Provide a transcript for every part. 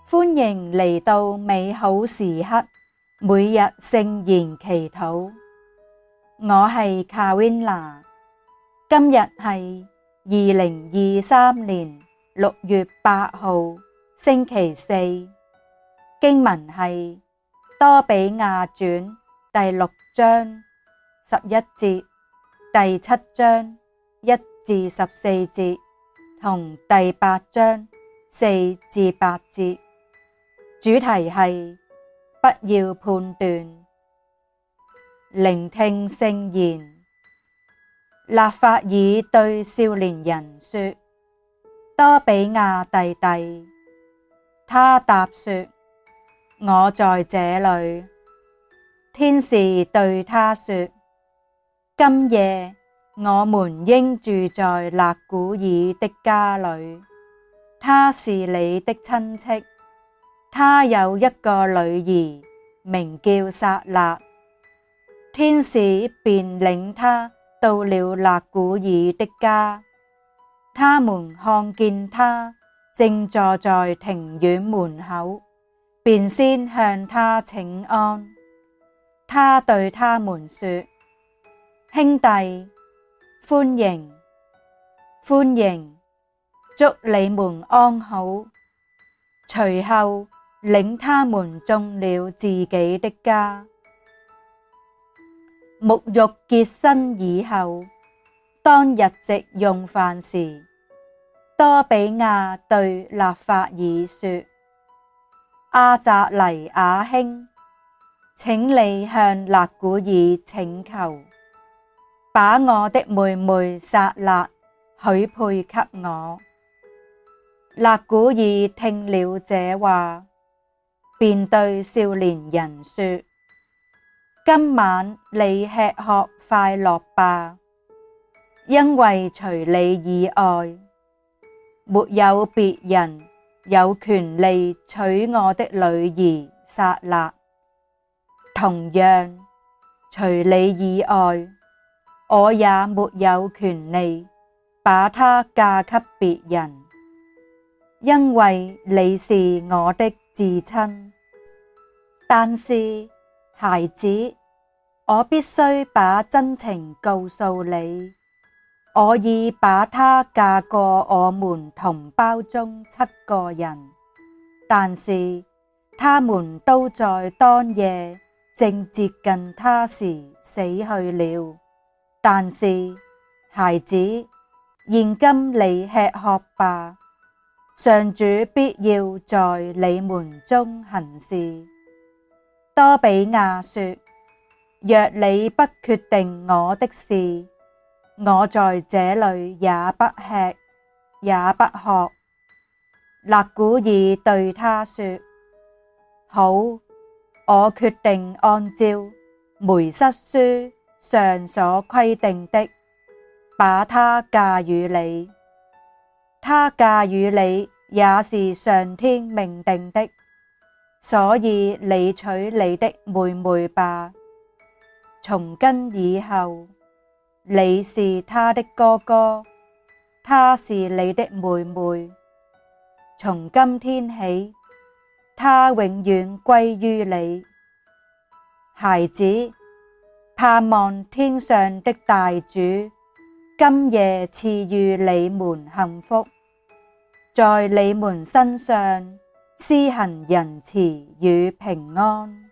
歡迎嚟到美好時刻，每日聖言祈禱。我係 Carina， 今日係2023年6月8號，星期四。經文係多俾亞傳第6章11節、第7章1至14節同第8章4至8節。主題係不要判斷。聆聽聖言。辣法耳對少年人說：多俾亞弟弟。他答說：我在這裏。天使對他說：今夜我們應住在勒古耳的家裏，他是你的親戚。他有一個女兒，名叫撒辣。天使便領他到了勒古耳的家，他們看見他正坐在庭院門口，便先向他請安。他對他們說：兄弟，歡迎，歡迎，祝你們安好。隨後領他們進了自己的家。沐浴潔身以後，當日夕用飯時，多俾亞對辣法耳說：阿匝黎雅兄，請你向勒古耳請求，把我的妹妹撒辣許配給我。勒古耳聽了這話，便對少年人說：今晚你吃喝快樂吧，因為除你以外，沒有別人有權利娶我的女兒撒辣。同樣，除你以外，我也沒有權利把她嫁給別人，因為你是我的至親。但是，孩子，我必須把真情告訴你，我已把她嫁過我們同胞中7個人，但是他們都在當夜正接近她時死去了。但是，孩子，現今你吃喝吧，上主必要在你們中行事。多俾亞說：若你不決定我的事，我在這裏也不吃，也不喝。勒古耳對他說：好，我決定按照梅瑟書上所規定的，把她嫁與你。她嫁與你也是上天命定的，所以你娶你的妹妹吧。從今以後，你是她的哥哥，她是你的妹妹。從今天起，她永遠歸於你。孩子，盼望天上的大主今夜賜予你們幸福，在你們身上施行仁慈與平安。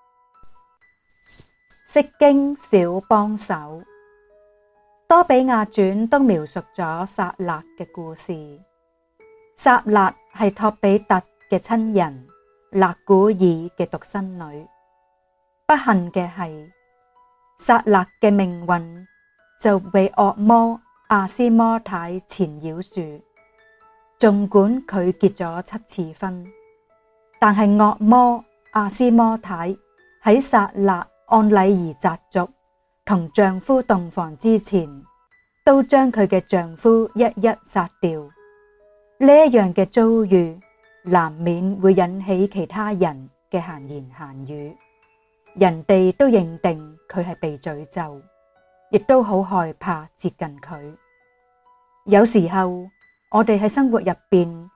釋經小幫手。多俾亞傳都描述咗撒辣嘅故事。撒辣係托比特嘅親人勒古耳嘅獨生女。不幸嘅係，撒辣嘅命運就被惡魔阿斯摩太纏繞住。儘管佢結咗7次婚，但係惡魔阿斯摩太喺撒辣按禮儀習俗同丈夫洞房之前，都將佢嘅丈夫一一殺掉。呢一樣嘅遭遇，難免會引起其他人嘅閒言閒語。人哋都認定佢係被詛咒，亦都好害怕接近佢。有時候，我哋喺生活入邊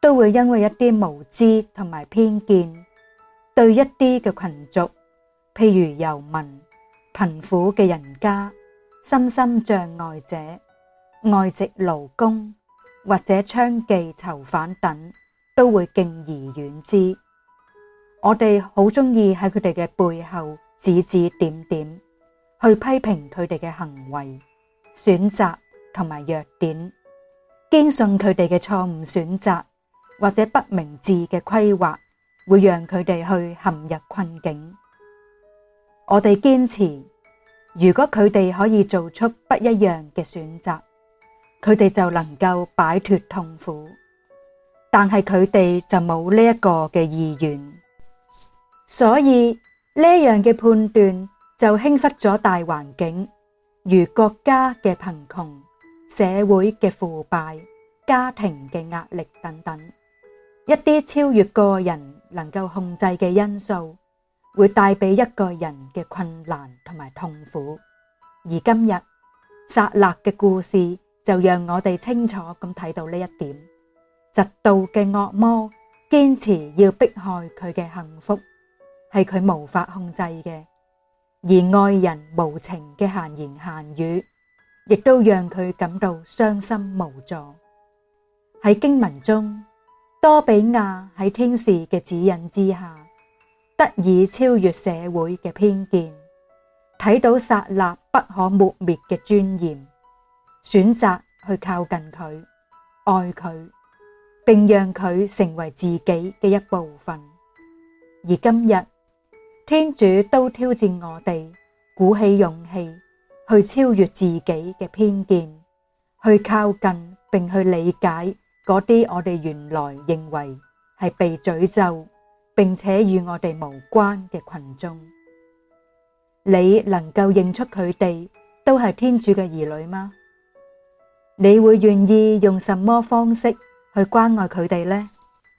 都會因為一啲無知同埋偏見，對一啲嘅群族，譬如遊民、貧苦嘅人家、身心障礙者、外籍勞工或者娼妓囚犯等，都會敬而遠之。我哋好鍾意喺佢哋嘅背後指指點點，去批評佢哋嘅行為、選擇同埋弱點，堅信佢哋嘅錯誤選擇或者不明智嘅規劃會讓佢哋去陷入困境。我哋堅持，如果佢哋可以做出不一樣嘅選擇，佢哋就能夠擺脫痛苦，但係佢哋就冇呢一個嘅意願。所以呢樣嘅判斷就輕忽咗大環境，如國家嘅貧窮、社會嘅腐敗、家庭嘅壓力等等，一啲超越個人能夠控制嘅因素，會帶俾一個人嘅困難同埋痛苦。而今日撒辣嘅故事就讓我哋清楚咁睇到呢一點。嫉妒嘅惡魔堅持要迫害佢嘅幸福，係佢無法控制嘅，而愛人無情嘅閒言閒語，亦都讓佢感到傷心無助。喺經文中，多比亞喺天使嘅指引之下，得以超越社會嘅偏見，睇到撒辣不可抹滅嘅尊嚴，選擇去靠近佢，愛佢，並讓佢成為自己嘅一部分。而今日，天主都挑戰我哋，鼓起勇氣去超越自己嘅偏見，去靠近並去理解嗰啲我哋原來認為係被詛咒並且與我哋無關嘅群眾。你能夠認出佢哋都係天主嘅兒女嗎？你會願意用什麼方式去關愛佢哋呢？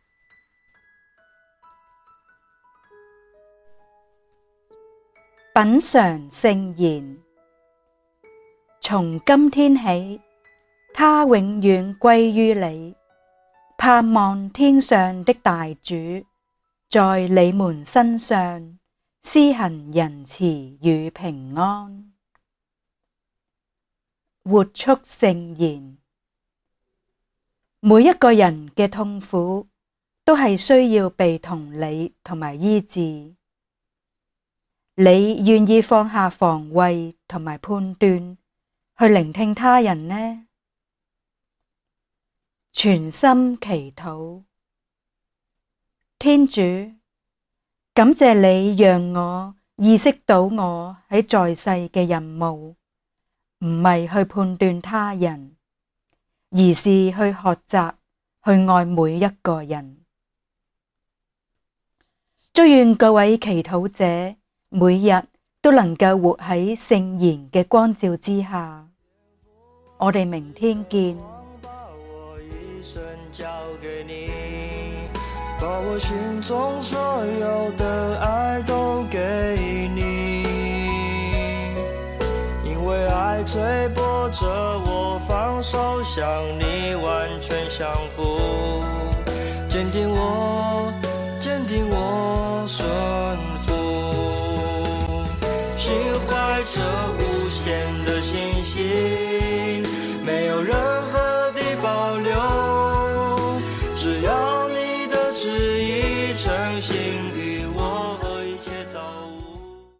品嚐聖言。從今天起，他永遠歸於你，盼望天上的大主在你們身上施行仁慈與平安。活出聖言。每一個人嘅痛苦都係需要被同理同埋醫治。你願意放下防衛同埋判斷，去聆聽他人呢？全心祈禱。天主，感謝你讓我意識到我喺在世嘅任務，唔係去判斷他人，而是去學習去愛每一個人。祝願各位祈禱者每日都能夠活喺聖言嘅光照之下。我哋明天見。 把我一生交給你，把我心中所有的愛都給你，因為愛催迫着我放手向你完全降服，堅定我順心懷着無限的信心，沒有任何的保留，只要你的旨意誠心